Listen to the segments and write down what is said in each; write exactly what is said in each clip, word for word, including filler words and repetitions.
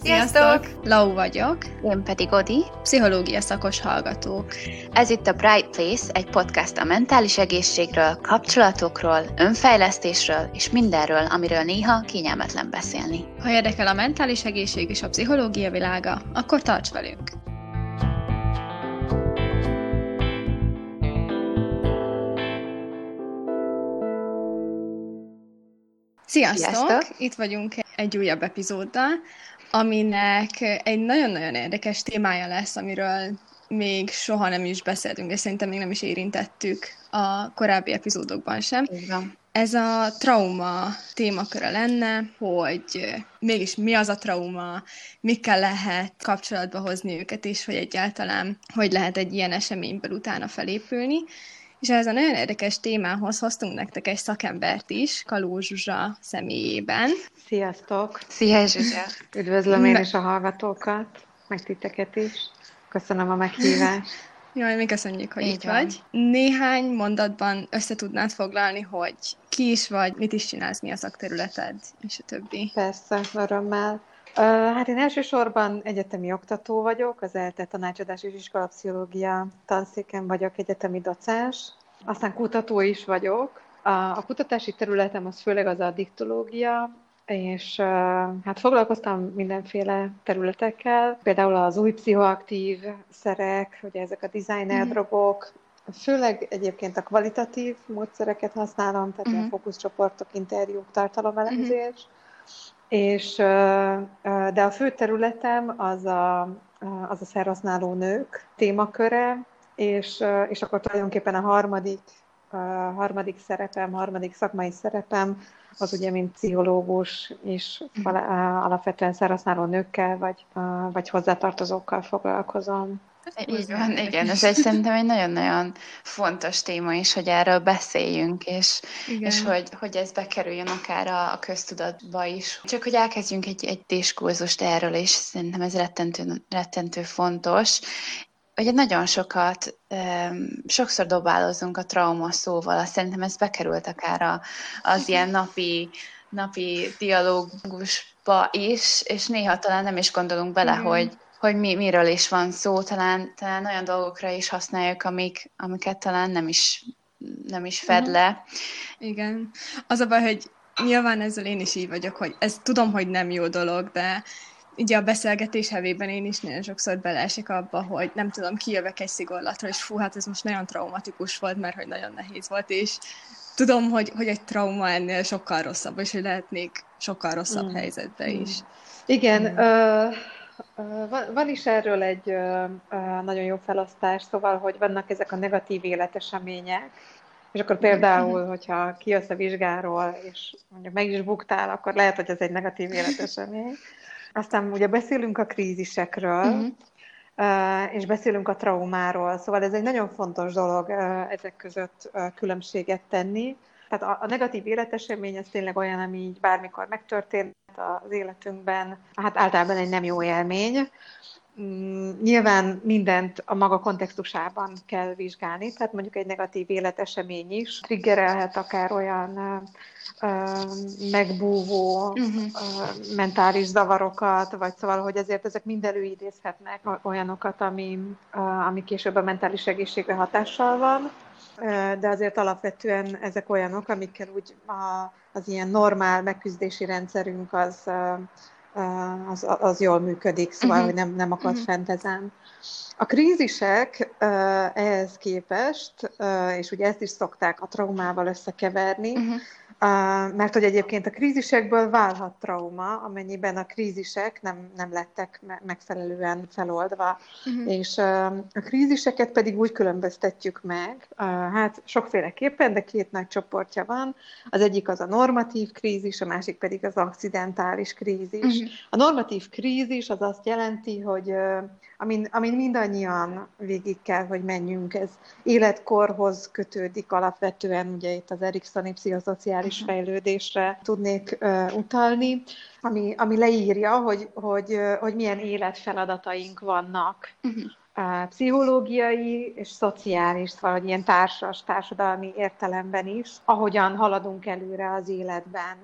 Sziasztok! Lau vagyok. Én pedig Odi. Pszichológia szakos hallgatók. Ez itt a Bright Place, egy podcast a mentális egészségről, kapcsolatokról, önfejlesztésről és mindenről, amiről néha kényelmetlen beszélni. Ha érdekel a mentális egészség és a pszichológia világa, akkor tarts velünk! Sziasztok! Sziasztok! Itt vagyunk egy újabb epizóddal, aminek egy nagyon-nagyon érdekes témája lesz, amiről még soha nem is beszéltünk, és szerintem még nem is érintettük a korábbi epizódokban sem. Igen. Ez a trauma témaköre lenne, hogy mégis mi az a trauma, mikkel lehet kapcsolatba hozni őket is, hogy egyáltalán hogy lehet egy ilyen eseményből utána felépülni. És ez a nagyon érdekes témához hoztunk nektek egy szakembert is, Kaló Zsuzsa személyében. Sziasztok! Szia, Zsuzsa! Üdvözlöm én is a hallgatókat, meg titeket is. Köszönöm a meghívást. Jaj, mi köszönjük, hogy Így itt van. vagy. Néhány mondatban össze tudnád foglalni, hogy ki is vagy, mit is csinálsz, mi a szakterületed, és a többi. Persze, örömmel. Uh, hát én elsősorban egyetemi oktató vagyok, az ELTE tanácsadás és iskolapszichológia tanszéken vagyok egyetemi docens, aztán kutató is vagyok. A, a kutatási területem az főleg az addiktológia, és uh, hát foglalkoztam mindenféle területekkel, például az új pszichoaktív szerek, ugye ezek a designer mm. drogok, főleg egyébként a kvalitatív módszereket használom, tehát mm. a fókuszcsoportok, interjúk, tartalomelemzés, mm. és, de a fő területem az a, az a szerhasználó nők témaköre, és, és akkor tulajdonképpen a harmadik, a harmadik szerepem, harmadik szakmai szerepem, az ugye, mint pszichológus, és alapvetően szerhasználó nőkkel, vagy, vagy hozzátartozókkal foglalkozom. Így van, igen, ez egy szerintem egy nagyon-nagyon fontos téma is, hogy erről beszéljünk, és, és hogy, hogy ez bekerüljön akár a, a köztudatba is. Csak hogy elkezdjünk egy, egy diskurzust erről, és szerintem ez rettentő, rettentő fontos. Ugye nagyon sokat, um, sokszor dobálozunk a trauma szóval, azt szerintem ez bekerült akár a, az ilyen napi, napi dialógusba is, és néha talán nem is gondolunk bele, mm. hogy hogy mi, miről is van szó, talán, talán olyan dolgokra is használjuk, amik, amiket talán nem is, nem is fed uh-huh. le. Igen. Az a baj, hogy nyilván ezzel én is így vagyok, hogy ez tudom, hogy nem jó dolog, de ugye a beszélgetés hevében én is nagyon sokszor beleesik abba, hogy nem tudom, kijövök egy szigorlatra, és fú, hát ez most nagyon traumatikus volt, mert hogy nagyon nehéz volt, és tudom, hogy, hogy egy trauma ennél sokkal rosszabb, és hogy lehetnék sokkal rosszabb mm. helyzetbe is. Igen, mm. uh... Van, van is erről egy uh, nagyon jó felosztás, szóval, hogy vannak ezek a negatív életesemények, és akkor például, hogyha kijössz a vizsgáról, és mondjuk meg is buktál, akkor lehet, hogy ez egy negatív életesemény. Aztán ugye beszélünk a krízisekről, uh-huh. uh, és beszélünk a traumáról, szóval ez egy nagyon fontos dolog uh, ezek között uh, különbséget tenni. Tehát a, a negatív életesemény ez tényleg olyan, ami így bármikor megtörtént az életünkben, hát általában egy nem jó élmény. Nyilván mindent a maga kontextusában kell vizsgálni, tehát mondjuk egy negatív életesemény is triggerelhet akár olyan ö, megbúvó uh-huh. ö, mentális zavarokat, vagy szóval, hogy ezért ezek mind előidézhetnek olyanokat, ami, ö, ami később a mentális egészségre hatással van. De azért alapvetően ezek olyanok, amikkel úgy a, az ilyen normál megküzdési rendszerünk az, az, az jól működik, szóval, uh-huh. hogy nem, nem akad uh-huh. fent ezen. A krízisek ehhez képest, és ugye ezt is szokták a traumával összekeverni, uh-huh. mert hogy egyébként a krízisekből válhat trauma, amennyiben a krízisek nem, nem lettek megfelelően feloldva. Uh-huh. És a kríziseket pedig úgy különböztetjük meg, hát sokféleképpen, de két nagy csoportja van. Az egyik az a normatív krízis, a másik pedig az akcidentális krízis. Uh-huh. A normatív krízis az azt jelenti, hogy amin, amin mindannyian végig kell, hogy menjünk. Ez életkorhoz kötődik alapvetően, ugye itt az eriksoni pszichoszociális uh-huh. fejlődésre tudnék uh, utalni, ami, ami leírja, hogy, hogy, hogy milyen életfeladataink vannak. Uh-huh. Uh, pszichológiai és szociális, szóval ilyen társas, társadalmi értelemben is, ahogyan haladunk előre az életben.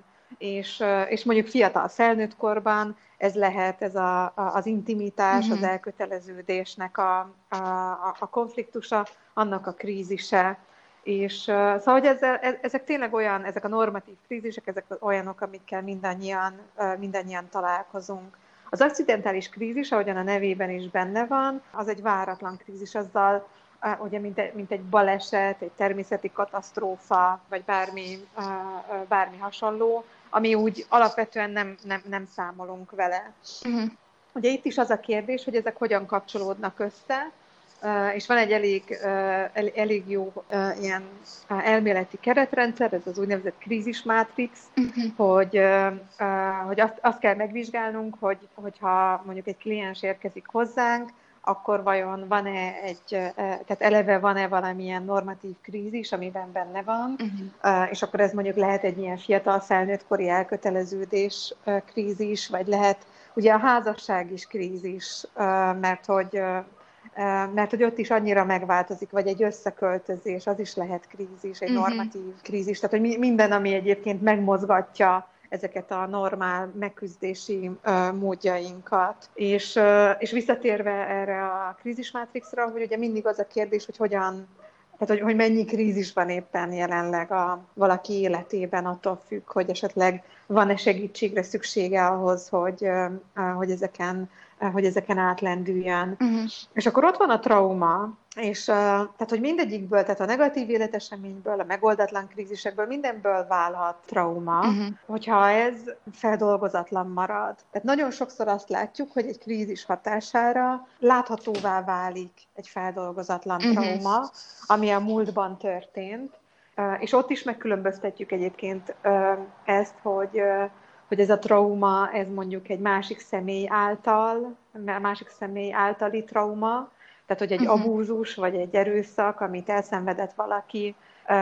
és, és mondjuk fiatal felnőtt korban ez lehet ez a, a, az intimitás, uh-huh. az elköteleződésnek a, a, a konfliktusa, annak a krízise. És uh, szóval, hogy ezzel, ezek tényleg olyan, ezek a normatív krízisek, ezek olyanok, amikkel mindannyian, uh, mindannyian találkozunk. Az akcidentális krízis, ahogyan a nevében is benne van, az egy váratlan krízis, azzal, uh, ugye, mint, egy, mint egy baleset, egy természeti katasztrófa, vagy bármi, uh, uh, bármi hasonló, ami úgy alapvetően nem, nem, nem számolunk vele. Uh-huh. Ugye itt is az a kérdés, hogy ezek hogyan kapcsolódnak össze, Uh, és van egy elég, uh, el, elég jó uh, ilyen uh, elméleti keretrendszer, ez az úgynevezett krízismátrix, uh-huh. hogy, uh, uh, hogy azt, azt kell megvizsgálnunk, hogy, hogyha mondjuk egy kliens érkezik hozzánk, akkor vajon van-e egy, uh, tehát eleve van-e valamilyen normatív krízis, amiben benne van, uh-huh. uh, és akkor ez mondjuk lehet egy ilyen fiatal felnőttkori elköteleződés uh, krízis, vagy lehet ugye a házasság is krízis, uh, mert hogy uh, mert hogy ott is annyira megváltozik, vagy egy összeköltözés, az is lehet krízis, egy uh-huh. normatív krízis. Tehát, hogy minden, ami egyébként megmozgatja ezeket a normál megküzdési uh, módjainkat. És, uh, és visszatérve erre a krízismátrixra, hogy ugye mindig az a kérdés, hogy hogyan, tehát, hogy, hogy mennyi krízis van éppen jelenleg a valaki életében, attól függ, hogy esetleg van-e segítségre szüksége ahhoz, hogy, uh, hogy ezeken hogy ezeken átlendüljön. Uh-huh. És akkor ott van a trauma, és uh, tehát, hogy mindegyikből, tehát a negatív életeseményből, a megoldatlan krízisekből, mindenből válhat trauma, uh-huh. hogyha ez feldolgozatlan marad. Tehát nagyon sokszor azt látjuk, hogy egy krízis hatására láthatóvá válik egy feldolgozatlan uh-huh. trauma, ami a múltban történt, uh, és ott is megkülönböztetjük egyébként uh, ezt, hogy uh, hogy ez a trauma, ez mondjuk egy másik személy által, másik személy általi trauma, tehát hogy egy uh-huh. abúzus, vagy egy erőszak, amit elszenvedett valaki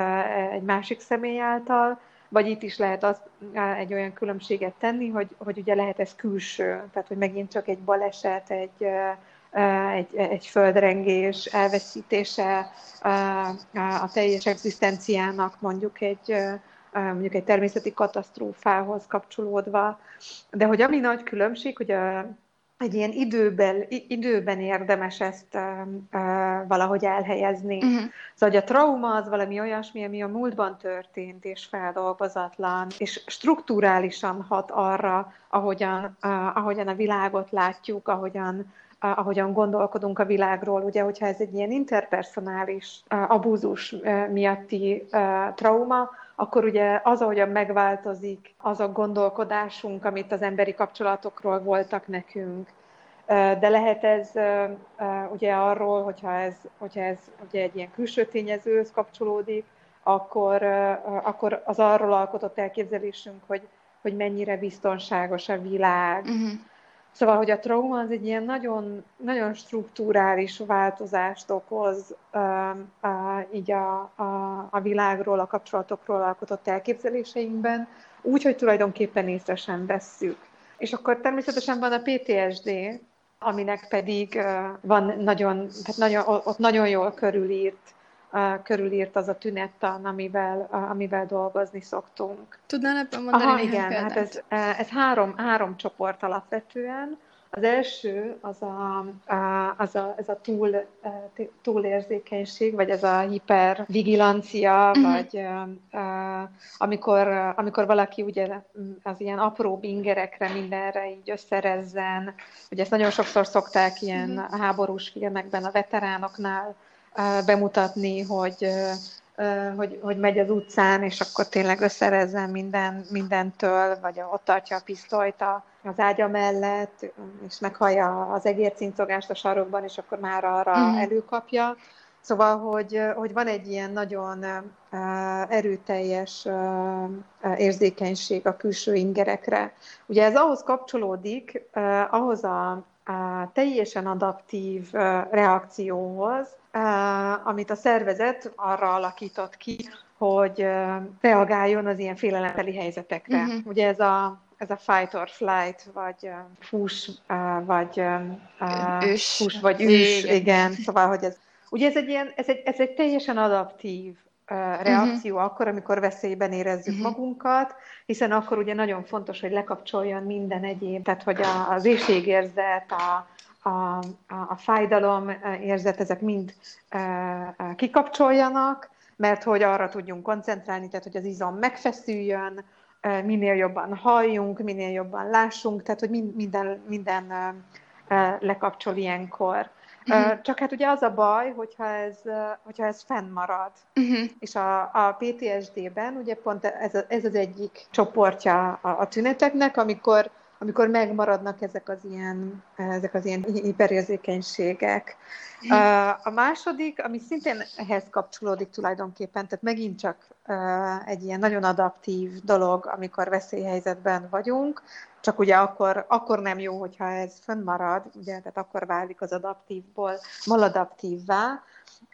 egy másik személy által, vagy itt is lehet az, egy olyan különbséget tenni, hogy, hogy ugye lehet ez külső, tehát hogy megint csak egy baleset, egy, egy, egy földrengés elveszítése, a teljes egzisztenciának mondjuk egy mondjuk egy természeti katasztrófához kapcsolódva, de hogy ami nagy különbség, hogy a, egy ilyen időben, időben érdemes ezt uh, uh, valahogy elhelyezni. Uh-huh. Szóval, hogy a trauma az valami olyasmi, ami a múltban történt, és feldolgozatlan, és strukturálisan hat arra, ahogyan, uh, ahogyan a világot látjuk, ahogyan ahogyan gondolkodunk a világról, ugye, hogyha ez egy ilyen interpersonális uh, abúzus uh, miatti uh, trauma, akkor ugye az, ahogyan megváltozik az a gondolkodásunk, amit az emberi kapcsolatokról voltak nekünk. Uh, de lehet ez uh, uh, ugye arról, hogyha ez, hogyha ez ugye egy ilyen külső tényezőhöz kapcsolódik, akkor, uh, akkor az arról alkotott elképzelésünk, hogy, hogy mennyire biztonságos a világ. Uh-huh. Szóval, hogy a trauma az egy ilyen nagyon, nagyon strukturális változást okoz uh, uh, így a, a, a világról, a kapcsolatokról alkotott elképzeléseinkben, úgy, hogy tulajdonképpen észre sem vesszük. És akkor természetesen van a pé té es dé, aminek pedig uh, van nagyon, tehát nagyon, ott nagyon jól körülírt, uh, körülírt az a tünettan, amivel, uh, amivel dolgozni szoktunk. Tudnál ebben mondani Aha, néhány igen, példát? hát ez, ez három, három csoport alapvetően. Az első az a, az a, ez a túl, túlérzékenység, vagy ez a hipervigilancia, uh-huh. vagy amikor, amikor valaki ugye az ilyen apró ingerekre, mindenre így összerezzen. Ugye ezt nagyon sokszor szokták ilyen uh-huh. háborús filmekben a veteránoknál bemutatni, hogy Hogy, hogy megy az utcán, és akkor tényleg összerezzen minden, mindentől, vagy ott tartja a pisztolyt az ágya mellett, és meghallja az egércincogást a sarokban, és akkor már arra uh-huh. előkapja. Szóval, hogy, hogy van egy ilyen nagyon erőteljes érzékenység a külső ingerekre. Ugye ez ahhoz kapcsolódik, ahhoz a, a teljesen adaptív reakcióhoz, Uh, amit a szervezet arra alakított ki, hogy uh, reagáljon az ilyen félelembeli helyzetekre. Uh-huh. Ugye ez a, ez a fight or flight, vagy uh, fús, uh, vagy uh, ős. fús, vagy ős, igen. igen. Szóval, hogy ez, ugye ez egy, ilyen, ez egy, ez egy teljesen adaptív reakció uh-huh. akkor, amikor veszélyben érezzük uh-huh. magunkat, hiszen akkor ugye nagyon fontos, hogy lekapcsoljon minden egyéb, tehát hogy az éhségérzet, a, a, a, a fájdalom érzet, ezek mind kikapcsoljanak, mert hogy arra tudjunk koncentrálni, tehát hogy az izom megfeszüljön, minél jobban halljunk, minél jobban lássunk, tehát hogy minden, minden lekapcsol ilyenkor. Uh-huh. Csak hát ugye az a baj, hogyha ez, hogyha ez fennmarad. Uh-huh. És a, a pé té es dé-ben ugye pont ez, a, ez az egyik csoportja a, a tüneteknek, amikor, amikor megmaradnak ezek az ilyen, ezek az ilyen hiperérzékenységek. Uh-huh. A második, ami szintén ehhez kapcsolódik tulajdonképpen, tehát megint csak egy ilyen nagyon adaptív dolog, amikor veszélyhelyzetben vagyunk, csak ugye akkor, akkor nem jó, hogyha ez fönnmarad, ugye, tehát akkor válik az adaptívból maladaptívvá.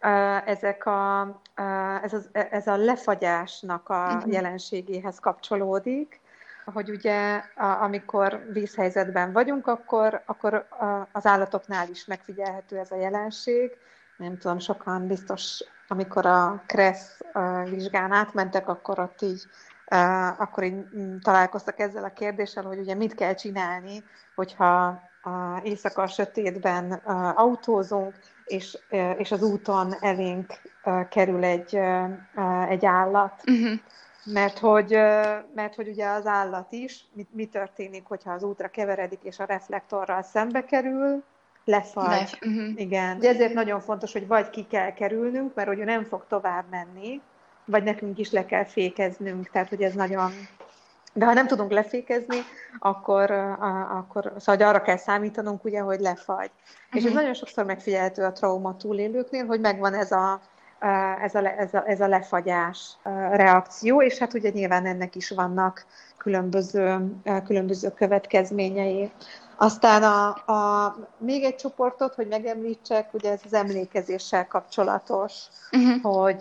Ezek a, ez, az, ez a lefagyásnak a uh-huh. jelenségéhez kapcsolódik, hogy ugye amikor vízhelyzetben vagyunk, akkor, akkor az állatoknál is megfigyelhető ez a jelenség. Nem tudom, sokan biztos, amikor a Kressz vizsgán átmentek, akkor ott így Uh, akkor így találkoztak ezzel a kérdéssel, hogy ugye mit kell csinálni, hogyha uh, éjszaka a sötétben uh, autózunk, és, uh, és az úton elénk uh, kerül egy, uh, egy állat. Uh-huh. Mert, hogy, uh, mert hogy ugye az állat is, mi, mi történik, hogyha az útra keveredik, és a reflektorral szembe kerül, lefagy. Lef- uh-huh. Igen. De ezért nagyon fontos, hogy vagy ki kell kerülnünk, mert hogy ő nem fog tovább menni, vagy nekünk is le kell fékeznünk, tehát hogy ez nagyon... De ha nem tudunk lefékezni, akkor, akkor szóval arra kell számítanunk, ugye, hogy lefagy. Uh-huh. És ez nagyon sokszor megfigyelhető a trauma túlélőknél, hogy megvan ez a, ez a, ez a, ez a lefagyás reakció, és hát ugye nyilván ennek is vannak különböző, különböző következményei. Aztán a, a, még egy csoportot, hogy megemlítsek, ugye ez az emlékezéssel kapcsolatos, uh-huh. hogy,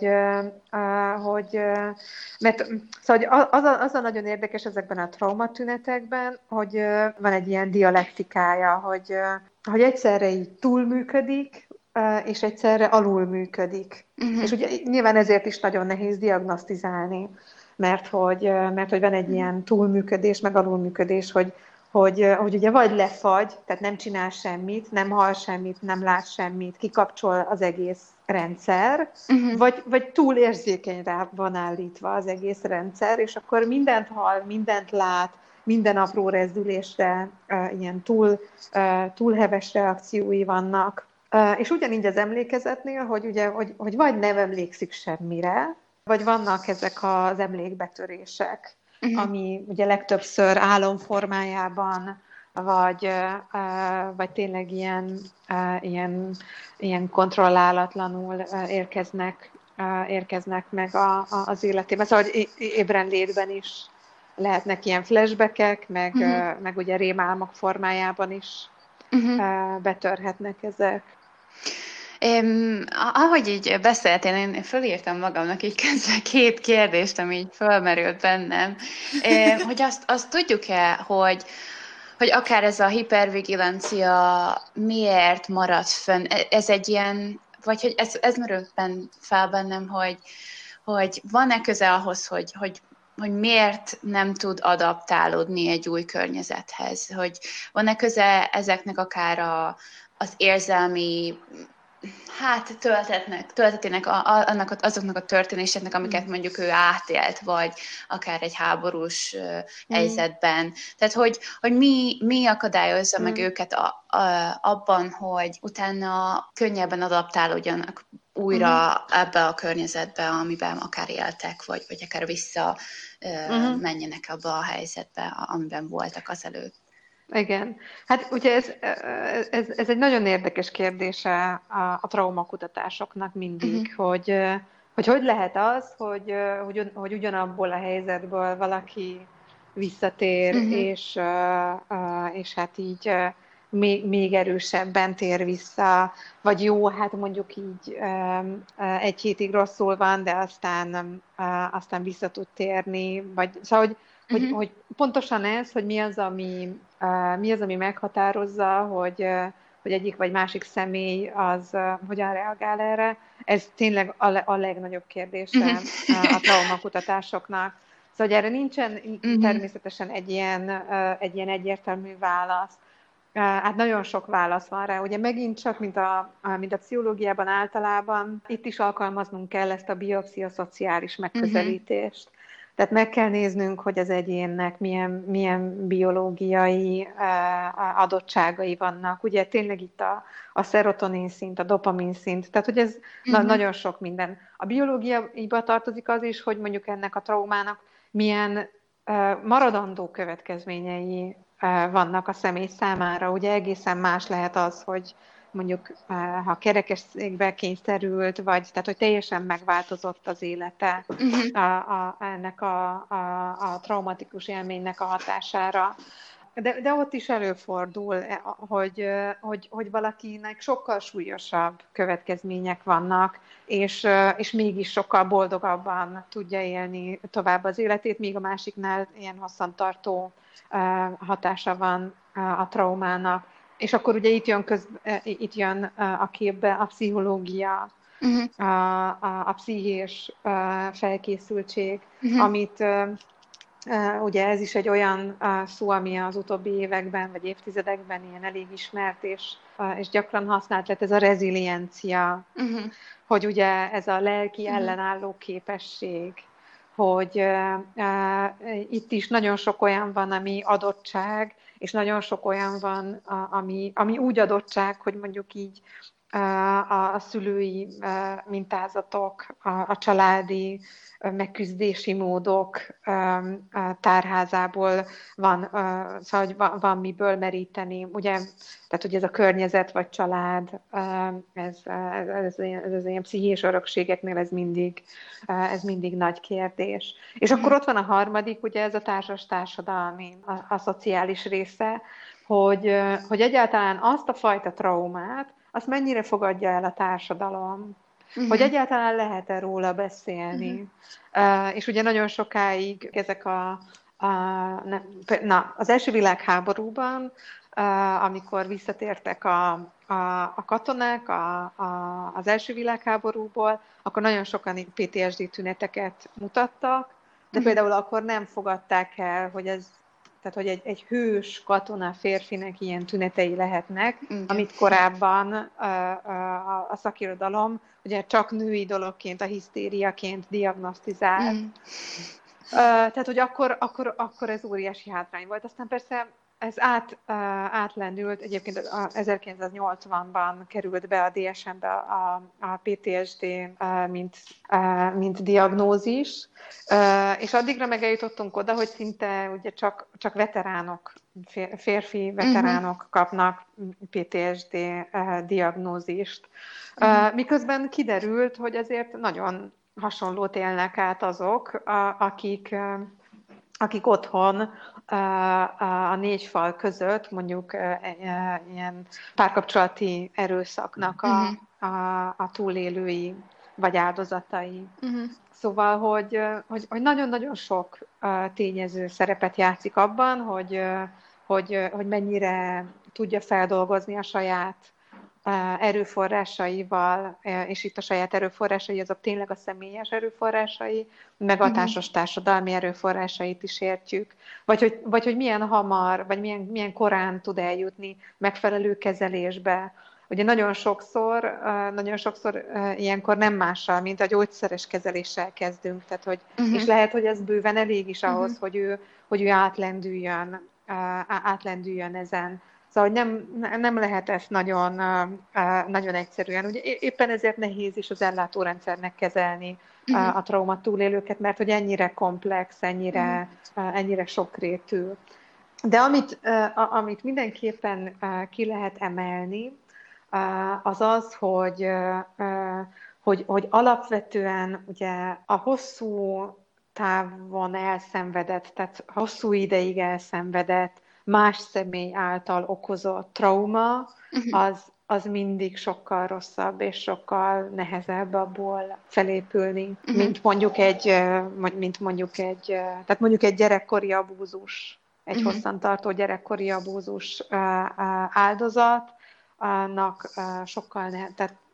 uh, hogy uh, mert szóval az, a, az a nagyon érdekes ezekben a traumatünetekben, hogy uh, van egy ilyen dialektikája, hogy, uh, hogy egyszerre így túlműködik, uh, és egyszerre alulműködik. Uh-huh. És ugye nyilván ezért is nagyon nehéz diagnosztizálni, mert hogy, uh, mert hogy van egy ilyen túlműködés, meg alulműködés, hogy Hogy, hogy ugye vagy lefagy, tehát nem csinál semmit, nem hall semmit, nem lát semmit, kikapcsol az egész rendszer, uh-huh. vagy, vagy túl érzékenyre van állítva az egész rendszer, és akkor mindent hall, mindent lát, minden apró rezdülésre uh, ilyen túl, uh, túl heves reakciói vannak. Uh, és ugyanígy az emlékezetnél, hogy, ugye, hogy, hogy vagy nem emlékszik semmire, vagy vannak ezek az emlékbetörések. Uh-huh. Ami ugye legtöbbször álomformájában, vagy, vagy tényleg ilyen, ilyen, ilyen kontrollálatlanul érkeznek, érkeznek meg a, a, az életében. Szóval hogy ébrenlétben is lehetnek ilyen flashbackek, meg, uh-huh. meg ugye rémálmok formájában is uh-huh. betörhetnek ezek. Um, ahogy így beszéltél, én fölírtam magamnak így közben két kérdést, ami így fölmerült bennem, um, hogy azt, azt tudjuk-e, hogy, hogy akár ez a hipervigilancia miért marad fönn? Ez egy ilyen, vagy hogy ez, ez merült fel bennem, hogy, hogy van-e köze ahhoz, hogy, hogy hogy miért nem tud adaptálódni egy új környezethez, hogy van-e köze ezeknek akár a, az érzelmi hát töltetnek, töltetének a, a, annak, azoknak a történéseknek, amiket mondjuk ő átélt, vagy akár egy háborús uh, helyzetben. Tehát, hogy, hogy mi, mi akadályozza mm. meg őket a, a, abban, hogy utána könnyebben adaptálódjanak újra mm. ebbe a környezetbe, amiben akár éltek, vagy, vagy akár vissza uh, mm. menjenek abba a helyzetbe, amiben voltak azelőtt. Igen. Hát ugye ez, ez, ez egy nagyon érdekes kérdése a, a traumakutatásoknak mindig, uh-huh. hogy, hogy hogy lehet az, hogy, hogy, hogy ugyanabból a helyzetből valaki visszatér, uh-huh. és, és hát így még, még erősebben tér vissza, vagy jó, hát mondjuk így egy hétig rosszul van, de aztán, aztán vissza tud térni, vagy szóval, hogy Hogy, uh-huh. hogy pontosan ez, hogy mi az, ami, uh, mi az, ami meghatározza, hogy, uh, hogy egyik vagy másik személy az uh, hogyan reagál erre, ez tényleg a, le, a legnagyobb kérdése a traumakutatásoknak. Szóval erre nincsen uh-huh. természetesen egy ilyen, egy ilyen egyértelmű válasz. Hát nagyon sok válasz van rá. Ugye megint csak, mint a, mint a pszichológiában általában, itt is alkalmaznunk kell ezt a biopszichoszociális megközelítést. Uh-huh. Tehát meg kell néznünk, hogy az egyénnek milyen, milyen biológiai uh, adottságai vannak. Ugye tényleg itt a, a szerotonin szint, a dopamin szint, tehát hogy ez uh-huh. na, nagyon sok minden. A biológiaiba tartozik az is, hogy mondjuk ennek a traumának milyen uh, maradandó következményei uh, vannak a személy számára. Ugye egészen más lehet az, hogy mondjuk ha kerekesszékbe kényszerült, vagy tehát, hogy teljesen megváltozott az élete uh-huh. a, a, ennek a, a, a traumatikus élménynek a hatására. De, de ott is előfordul, hogy, hogy, hogy valakinek sokkal súlyosabb következmények vannak, és, és mégis sokkal boldogabban tudja élni tovább az életét, míg a másiknál ilyen hosszantartó hatása van a traumának. És akkor ugye itt jön, köz, itt jön a képbe a pszichológia, uh-huh. a, a, a pszichés felkészültség, uh-huh. amit ugye ez is egy olyan szó, ami az utóbbi években vagy évtizedekben ilyen elég ismert, és, és gyakran használt lett, ez a reziliencia, uh-huh. hogy ugye ez a lelki ellenálló képesség, hogy uh, itt is nagyon sok olyan van, ami adottság, és nagyon sok olyan van, ami, ami úgy adottság, hogy mondjuk így a, a szülői mintázatok, a, a családi megküzdési módok tárházából van, szóval van, van miből meríteni. Ugye, tehát, hogy ez a környezet vagy család, ez, ez, ez, ez, ez ilyen pszichés örökségeknél ez mindig, ez mindig nagy kérdés. És akkor ott van a harmadik, ugye ez a társas társadalmi, a, a szociális része, hogy, hogy egyáltalán azt a fajta traumát, azt mennyire fogadja el a társadalom, uh-huh. hogy egyáltalán lehet-e róla beszélni. Uh-huh. Uh, és ugye nagyon sokáig ezek a, a ne, na, az első világháborúban, uh, amikor visszatértek a, a, a katonák a, a, az első világháborúból, akkor nagyon sokan pé té es dé tüneteket mutattak, de uh-huh. például akkor nem fogadták el, hogy ez tehát, hogy egy, egy hős katona férfinek ilyen tünetei lehetnek, igen. amit korábban a, a, a szakirodalom ugye csak női dologként, a hisztériaként diagnosztizált. Mm. Uh, tehát, hogy akkor, akkor, akkor ez óriási hátrány volt. Aztán persze ez át, uh, átlendült, egyébként a ezerkilencszáznyolcvanban került be a dé es em-be a, a pé té es dé, uh, mint, uh, mint diagnózis, uh, és addigra meg eljutottunk oda, hogy szinte ugye csak, csak veteránok, férfi veteránok uh-huh. kapnak pé té es dé uh, diagnózist. Uh-huh. Uh, miközben kiderült, hogy azért nagyon hasonlót élnek át azok, a, akik... Uh, akik otthon a négy fal között mondjuk ilyen párkapcsolati erőszaknak a, a, a túlélői vagy áldozatai. Uh-huh. Szóval, hogy, hogy, hogy nagyon-nagyon sok tényező szerepet játszik abban, hogy, hogy, hogy mennyire tudja feldolgozni a saját erőforrásaival, és itt a saját erőforrásai, azok tényleg a személyes erőforrásai, meg a társas társadalmi erőforrásait is értjük. Vagy hogy, vagy hogy milyen hamar, vagy milyen, milyen korán tud eljutni megfelelő kezelésbe. Ugye nagyon sokszor, nagyon sokszor ilyenkor nem mással, mint a gyógyszeres kezeléssel kezdünk. Tehát, hogy, uh-huh. És lehet, hogy ez bőven elég is ahhoz, uh-huh. hogy, ő, hogy ő átlendüljön, átlendüljön ezen. Szóval nem, nem lehet ezt nagyon, nagyon egyszerűen. Ugye éppen ezért nehéz is az ellátórendszernek kezelni uh-huh. a trauma túlélőket, mert hogy ennyire komplex, ennyire, uh-huh. ennyire sokrétű. De amit, amit mindenképpen ki lehet emelni, az az, hogy, hogy, hogy alapvetően ugye a hosszú távon elszenvedett, tehát hosszú ideig elszenvedett, más személy által okozott trauma, uh-huh. az, az mindig sokkal rosszabb és sokkal nehezebb abból felépülni, uh-huh. mint mondjuk egy, mint mondjuk egy, tehát mondjuk egy gyerekkori abúzus, egy uh-huh. hosszantartó gyerekkori abúzus áldozatnak sokkal nehezebb, tehát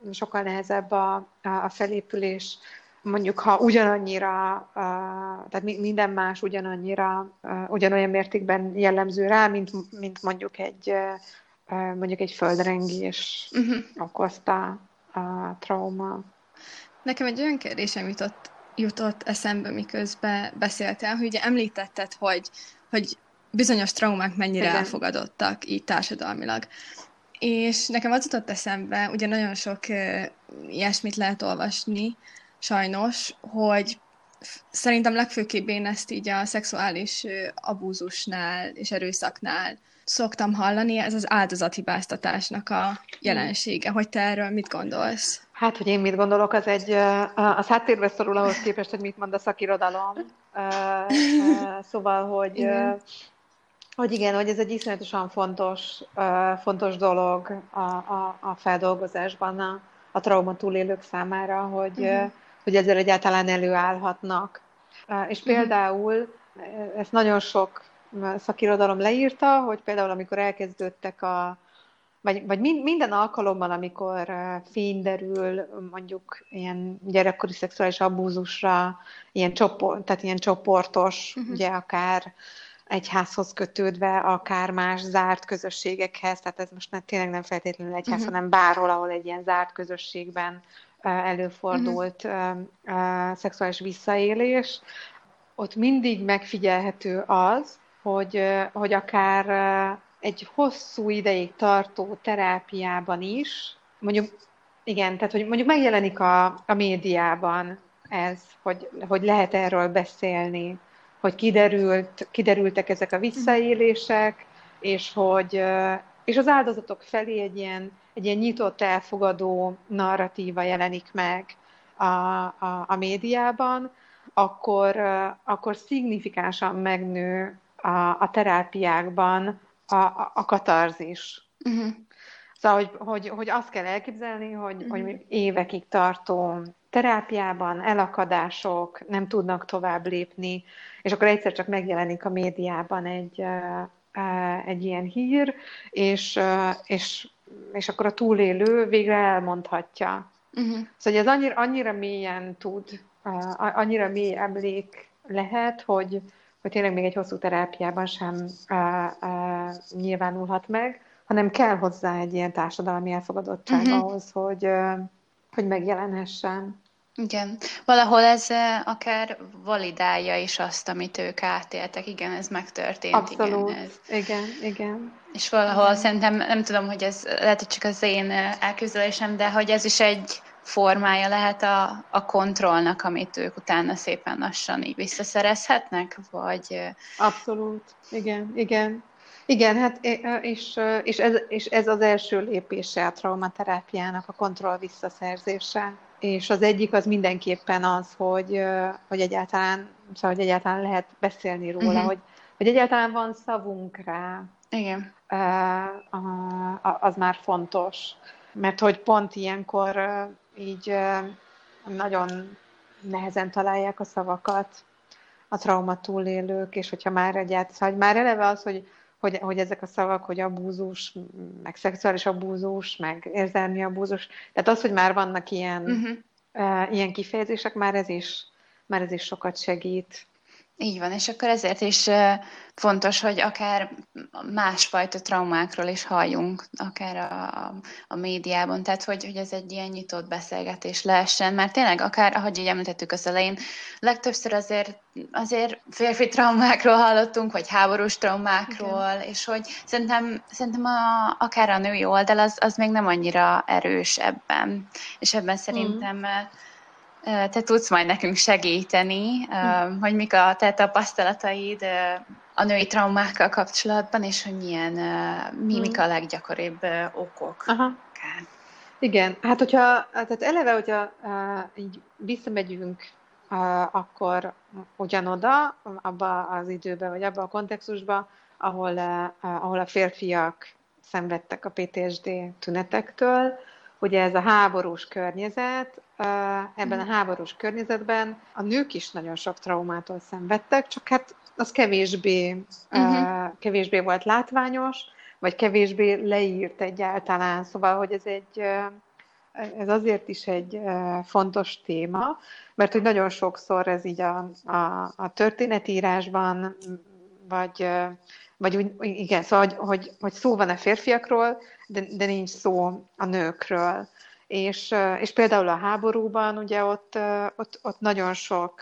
sokkal nehezebb a, a, a felépülés, mondjuk ha ugyanannyira, uh, tehát minden más ugyanannyira, uh, ugyanolyan mértékben jellemző rá, mint, mint mondjuk egy uh, mondjuk egy földrengés uh-huh. okozta a trauma. Nekem egy olyan kérdésem jutott, jutott eszembe, miközben beszéltél, hogy ugye említetted, hogy, hogy bizonyos traumák mennyire Igen. elfogadottak így társadalmilag. És nekem az jutott eszembe, ugye nagyon sok uh, ilyesmit lehet olvasni, sajnos, hogy szerintem legfőképp én ezt így a szexuális abúzusnál és erőszaknál szoktam hallani, ez az áldozathibáztatásnak a jelensége. Hogy te erről mit gondolsz? Hát, hogy én mit gondolok, az egy, az háttérbe szorul ahhoz képest, hogy mit mond a szakirodalom. Szóval, hogy igen. hogy igen, hogy ez egy iszonyatosan fontos, fontos dolog a, a, a feldolgozásban a, a trauma túlélők számára, hogy, uh-huh. hogy ezzel egyáltalán előállhatnak. És például uh-huh. ezt nagyon sok szakirodalom leírta, hogy például amikor elkezdődtek a, vagy, vagy minden alkalommal, amikor fény derül mondjuk ilyen gyerekkori szexuális abúzusra, ilyen csoport, tehát ilyen csoportos, uh-huh. ugye akár egyházhoz kötődve, akár más zárt közösségekhez, tehát ez most nem, tényleg nem feltétlenül egyház, uh-huh. hanem bárhol, ahol egy ilyen zárt közösségben uh, előfordult uh-huh. uh, uh, szexuális visszaélés, ott mindig megfigyelhető az, hogy, uh, hogy akár uh, egy hosszú ideig tartó terápiában is, mondjuk, igen, tehát hogy mondjuk megjelenik a, a médiában ez, hogy, hogy lehet erről beszélni, hogy kiderült, kiderültek ezek a visszaélések, és hogy és az áldozatok felé egy ilyen, egy ilyen nyitott, elfogadó narratíva jelenik meg a, a, a médiában, akkor, akkor szignifikánsan megnő a, a terápiákban a, a, a katarzis. Uh-huh. Szóval, hogy, hogy, hogy azt kell elképzelni, hogy, uh-huh. hogy évekig tartó terápiában elakadások, nem tudnak tovább lépni, és akkor egyszer csak megjelenik a médiában egy, uh, egy ilyen hír, és, uh, és, és akkor a túlélő végre elmondhatja. Uh-huh. Szóval ez annyira, annyira mélyen tud, uh, annyira mély emlék lehet, hogy, hogy tényleg még egy hosszú terápiában sem uh, uh, nyilvánulhat meg, hanem kell hozzá egy ilyen társadalmi elfogadottság uh-huh. ahhoz, hogy, uh, hogy megjelenhessen. Igen. Valahol ez akár validálja is azt, amit ők átéltek. Igen, ez megtörtént. Abszolút. Igen, ez. igen, igen. És valahol igen. szerintem, nem tudom, hogy ez lehet, hogy csak az én elképzelésem, de hogy ez is egy formája lehet a, a kontrollnak, amit ők utána szépen lassan így visszaszerezhetnek, vagy... Abszolút. Igen, igen. Igen, hát és, és, ez, és ez az első lépése a traumaterápiának, a kontroll visszaszerzése. És az egyik az mindenképpen az, hogy, hogy, egyáltalán, szóval, hogy egyáltalán lehet beszélni róla, uh-huh. hogy, hogy egyáltalán van szavunk rá. Igen. Az már fontos. Mert hogy pont ilyenkor így nagyon nehezen találják a szavakat a trauma túlélők, és hogyha már egyáltalán, szóval már eleve az, hogy Hogy, hogy ezek a szavak, hogy abúzus, meg szexuális abúzus, meg érzelmi abúzus, tehát az, hogy már vannak ilyen, uh-huh. uh, ilyen kifejezések, már ez is, már ez is sokat segít. Így van, és akkor ezért is fontos, hogy akár másfajta traumákról is halljunk, akár a, a médiában, tehát hogy, hogy ez egy ilyen nyitott beszélgetés lehessen, mert tényleg akár, ahogy így említettük az elején, legtöbbször azért, azért férfi traumákról hallottunk, vagy háborús traumákról, igen. és hogy szerintem, szerintem a, akár a női oldal az, az még nem annyira erős ebben, és ebben szerintem... Mm. Te tudsz majd nekünk segíteni, hm. hogy mik a te tapasztalataid a női traumákkal kapcsolatban, és hogy milyen, mi, hm. mik a leggyakoribb okok. Aha. Igen, hát hogyha, tehát eleve, hogyha így visszamegyünk, akkor ugyanoda, abba az időbe, vagy abba a kontextusba, ahol, ahol a férfiak szenvedtek a pé té es dé tünetektől, ugye ez a háborús környezet, ebben a háborús környezetben a nők is nagyon sok traumától szenvedtek, csak hát az kevésbé, uh-huh. kevésbé volt látványos, vagy kevésbé leírt egyáltalán. Szóval, hogy ez egy, ez azért is egy fontos téma, mert hogy nagyon sokszor ez így a, a, a történetírásban, vagy, vagy úgy, igen, szóval, hogy, hogy, hogy szó van a férfiakról, de, de nincs szó a nőkről. És, és például a háborúban ugye ott, ott, ott nagyon sok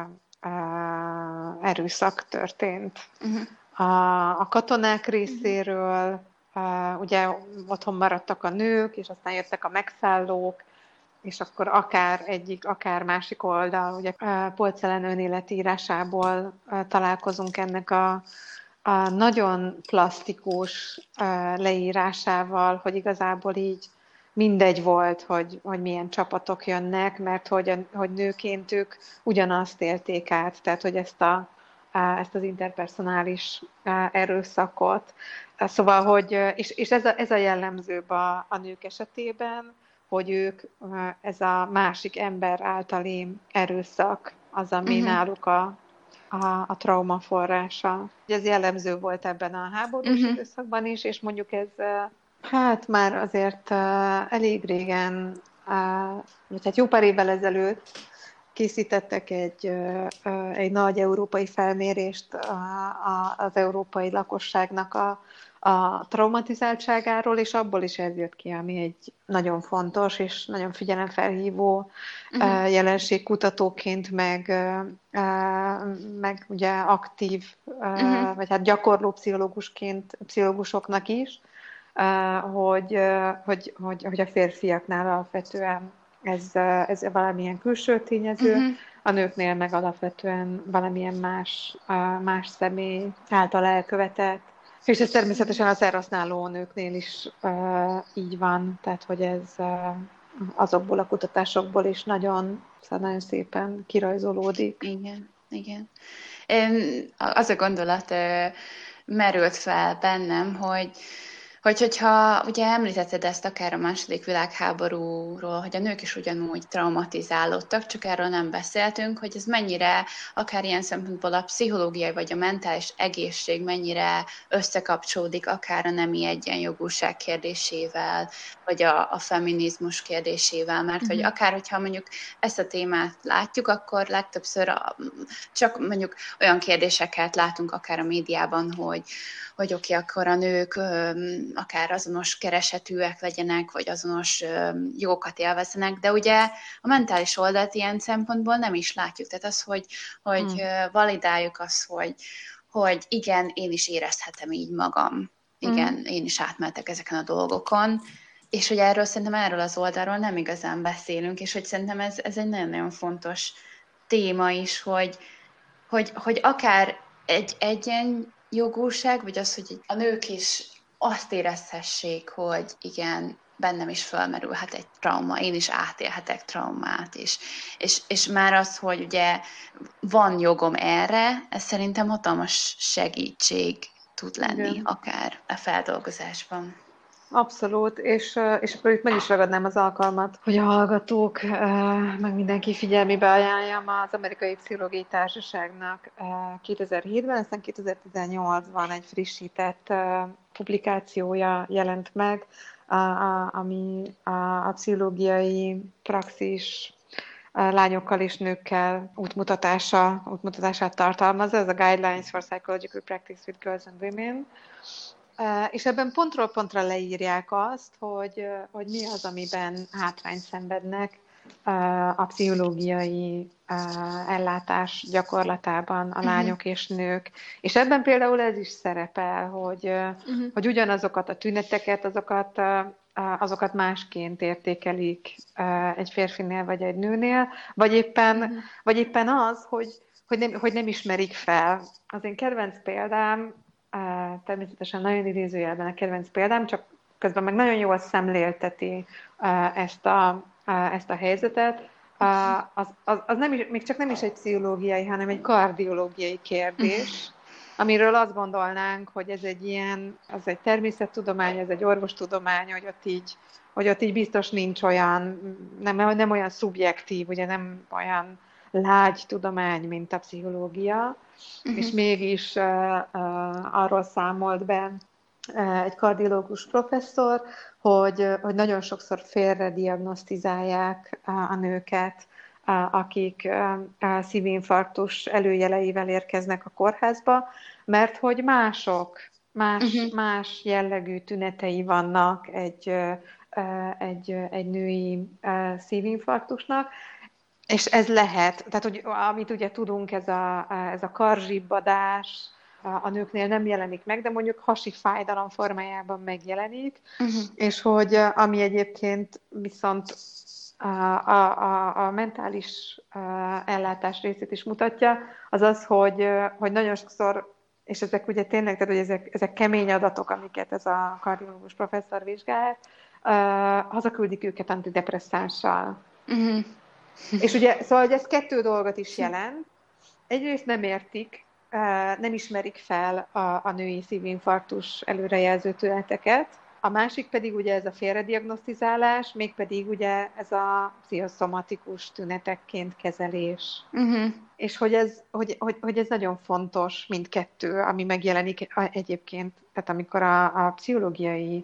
erőszak történt. Uh-huh. A, a katonák részéről, uh, ugye otthon maradtak a nők, és aztán jöttek a megszállók, és akkor akár egyik, akár másik oldal, ugye uh, Polczellen önéletírásából uh, találkozunk ennek a, a nagyon plastikus uh, leírásával, hogy igazából így mindegy volt, hogy, hogy milyen csapatok jönnek, mert hogy, hogy nőként ők ugyanazt élték át, tehát hogy ezt, a, ezt az interpersonális erőszakot. Szóval, hogy, és, és ez, a, ez a jellemzőbb a, a nők esetében, hogy ők, ez a másik ember általi erőszak az, ami uh-huh. náluk a, a, a trauma forrása. Ez jellemző volt ebben a háborús uh-huh. időszakban is, és mondjuk ez... Hát már azért uh, elég régen, uh, tehát jó pár évvel ezelőtt készítettek egy, uh, egy nagy európai felmérést uh, a, az európai lakosságnak a, a traumatizáltságáról, és abból is ez jött ki, ami egy nagyon fontos és nagyon figyelemfelhívó uh-huh. uh, jelenség kutatóként, meg, uh, meg ugye aktív, uh, uh-huh. vagy hát gyakorló pszichológusként, pszichológusoknak is, Hogy, hogy, hogy, hogy a férfiaknál alapvetően ez, ez valamilyen külső tényező, uh-huh. a nőknél meg alapvetően valamilyen más, más személy által elkövetett. És ez természetesen a szerhasználó nőknél is uh, így van, tehát hogy ez uh, azokból a kutatásokból is nagyon, szóval nagyon szépen kirajzolódik. Igen, igen. Az a gondolat merült fel bennem, hogy Hogy, hogyha ugye említetted ezt akár a második világháborúról, hogy a nők is ugyanúgy traumatizálódtak, csak erről nem beszéltünk, hogy ez mennyire, akár ilyen szempontból a pszichológiai vagy a mentális egészség mennyire összekapcsolódik akár a nemi egyenjogúság kérdésével, vagy a, a feminizmus kérdésével, mert uh-huh. hogy akár, hogyha mondjuk ezt a témát látjuk, akkor legtöbbször a, csak mondjuk olyan kérdéseket látunk akár a médiában, hogy hogy oké, okay, akkor a nők öm, akár azonos keresetűek legyenek, vagy azonos öm, jogokat élvezzenek, de ugye a mentális oldalt ilyen szempontból nem is látjuk. Tehát az, hogy, hogy hmm. validáljuk azt, hogy, hogy igen, én is érezhetem így magam. Igen, hmm. én is átmehetek ezeken a dolgokon. És hogy erről szerintem erről az oldalról nem igazán beszélünk, és hogy szerintem ez, ez egy nagyon-nagyon fontos téma is, hogy, hogy, hogy akár egy egyen jogúság, vagy az, hogy a nők is azt érezhessék, hogy igen, bennem is felmerülhet egy trauma, én is átélhetek traumát is. És, és már az, hogy ugye van jogom erre, ez szerintem hatalmas segítség tud lenni, igen. akár a feldolgozásban. Abszolút, és, és akkor itt meg is ragadnám az alkalmat, hogy a hallgatók, meg mindenki figyelmébe ajánljam az Amerikai Pszichológiai Társaságnak kétezer-hétben, aztán kétezer-tizennyolcban egy frissített publikációja jelent meg, ami a pszichológiai praxis lányokkal és nőkkel útmutatása, útmutatását tartalmazza, ez a Guidelines for Psychological Practice with Girls and Women. És ebben pontról pontra leírják azt, hogy, hogy mi az, amiben hátrányt szenvednek a pszichológiai ellátás gyakorlatában a lányok és nők. És ebben például ez is szerepel, hogy, uh-huh. hogy ugyanazokat a tüneteket, azokat, azokat másként értékelik egy férfinél vagy egy nőnél, vagy éppen, uh-huh. vagy éppen az, hogy, hogy, nem, hogy nem ismerik fel. Az én kedvenc példám, Uh, természetesen nagyon idézőjelben a kedvenc példám, csak közben meg nagyon jól szemlélteti uh, ezt, a, uh, ezt a helyzetet. Uh, az, az, az nem is, még csak nem is egy pszichológiai, hanem egy kardiológiai kérdés, amiről azt gondolnánk, hogy ez egy ilyen, az egy természettudomány, ez egy orvostudomány, hogy ott így, hogy ott így biztos nincs olyan, nem, nem olyan szubjektív, ugye nem olyan lágy tudomány, mint a pszichológia, uh-huh. és mégis uh, uh, arról számolt be egy kardiológus professzor, hogy, hogy nagyon sokszor félre diagnosztizálják a nőket, akik szívinfarktus előjeleivel érkeznek a kórházba, mert hogy mások, más, uh-huh. más jellegű tünetei vannak egy, egy, egy női szívinfarktusnak, és ez lehet, tehát hogy, amit ugye tudunk, ez a, ez a karzsibbadás, a nőknél nem jelenik meg, de mondjuk hasi fájdalom formájában megjelenik, uh-huh. és hogy ami egyébként viszont a, a, a, a mentális ellátás részét is mutatja, az az, hogy, hogy nagyon sokszor, és ezek ugye tényleg, tehát hogy ezek, ezek kemény adatok, amiket ez a kardiológus professzor vizsgál, hazaküldik őket antidepresszánssal. Uh-huh. És ugye, szóval hogy ez kettő dolgot is jelent. Egyrészt nem értik, nem ismerik fel a, a női szívinfarktus előrejelző tüneteket. A másik pedig ugye ez a félrediagnosztizálás, mégpedig ugye ez a pszichoszomatikus tünetekként kezelés. Uh-huh. És hogy ez, hogy, hogy, hogy ez nagyon fontos mindkettő, ami megjelenik egyébként, tehát amikor a, a pszichológiai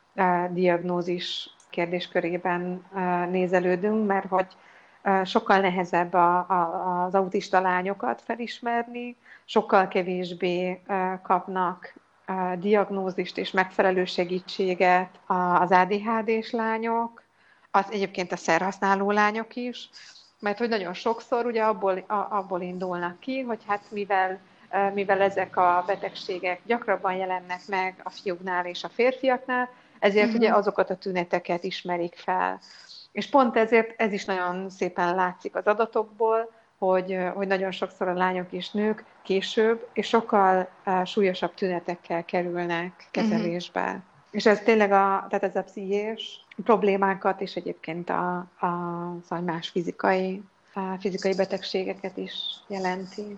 a diagnózis kérdéskörében nézelődünk, mert hogy sokkal nehezebb a, a, az autista lányokat felismerni, sokkal kevésbé kapnak diagnózist és megfelelő segítséget az á dé há dés lányok, az egyébként a szerhasználó lányok is, mert hogy nagyon sokszor ugye abból, abból indulnak ki, hogy hát mivel, mivel ezek a betegségek gyakrabban jelennek meg a fiúknál és a férfiaknál, ezért uh-huh. ugye azokat a tüneteket ismerik fel. És pont ezért ez is nagyon szépen látszik az adatokból, hogy, hogy nagyon sokszor a lányok és nők később és sokkal uh, súlyosabb tünetekkel kerülnek kezelésbe. Uh-huh. És ez tényleg a, tehát ez a pszichés problémákat és egyébként a, a, a más fizikai, a fizikai betegségeket is jelenti.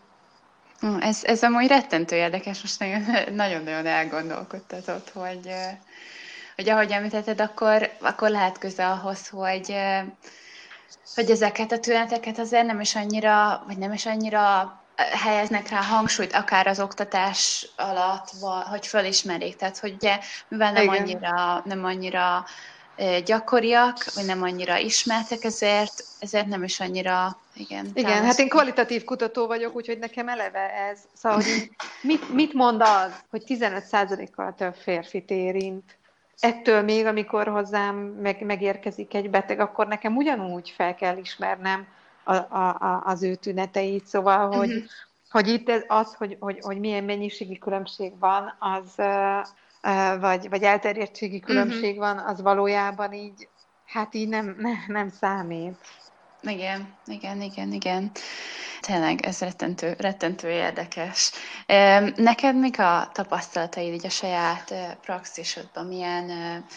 Ez, ez amúgy rettentő érdekes, most nagyon-nagyon elgondolkodtatott, hogy... hogy ahogy említetted, akkor, akkor lehet köze ahhoz, hogy, hogy ezeket a tüneteket azért nem is annyira, vagy nem is annyira helyeznek rá hangsúlyt, akár az oktatás alatt, hogy fölismerik. Tehát, hogy ugye, mivel nem annyira, nem annyira gyakoriak, vagy nem annyira ismertek, ezért, ezért nem is annyira, igen. Igen, támaszt. Hát én kvalitatív kutató vagyok, úgyhogy nekem eleve ez. Szóval, hogy mit, mit mond az, hogy tizenöt százalékkal több férfit érint? Ettől még, amikor hozzám meg, megérkezik egy beteg, akkor nekem ugyanúgy fel kell ismernem a, a, a, az ő tüneteit. Szóval, hogy, uh-huh. hogy itt ez az, hogy, hogy, hogy milyen mennyiségi különbség van, az, uh, vagy, vagy elterjedtségi különbség uh-huh. van, az valójában így, hát így nem, nem, nem számít. Igen, igen, igen, igen. Tényleg, ez rettentő, rettentő érdekes. Neked mik a tapasztalataid így a saját praxisodban? Milyen,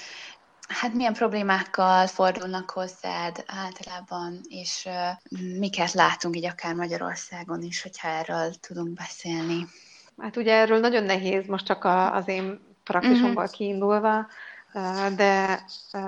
hát milyen problémákkal fordulnak hozzád általában, és miket látunk így akár Magyarországon is, hogyha erről tudunk beszélni? Hát ugye erről nagyon nehéz most csak a, az én praxisomból uh-huh. kiindulva, de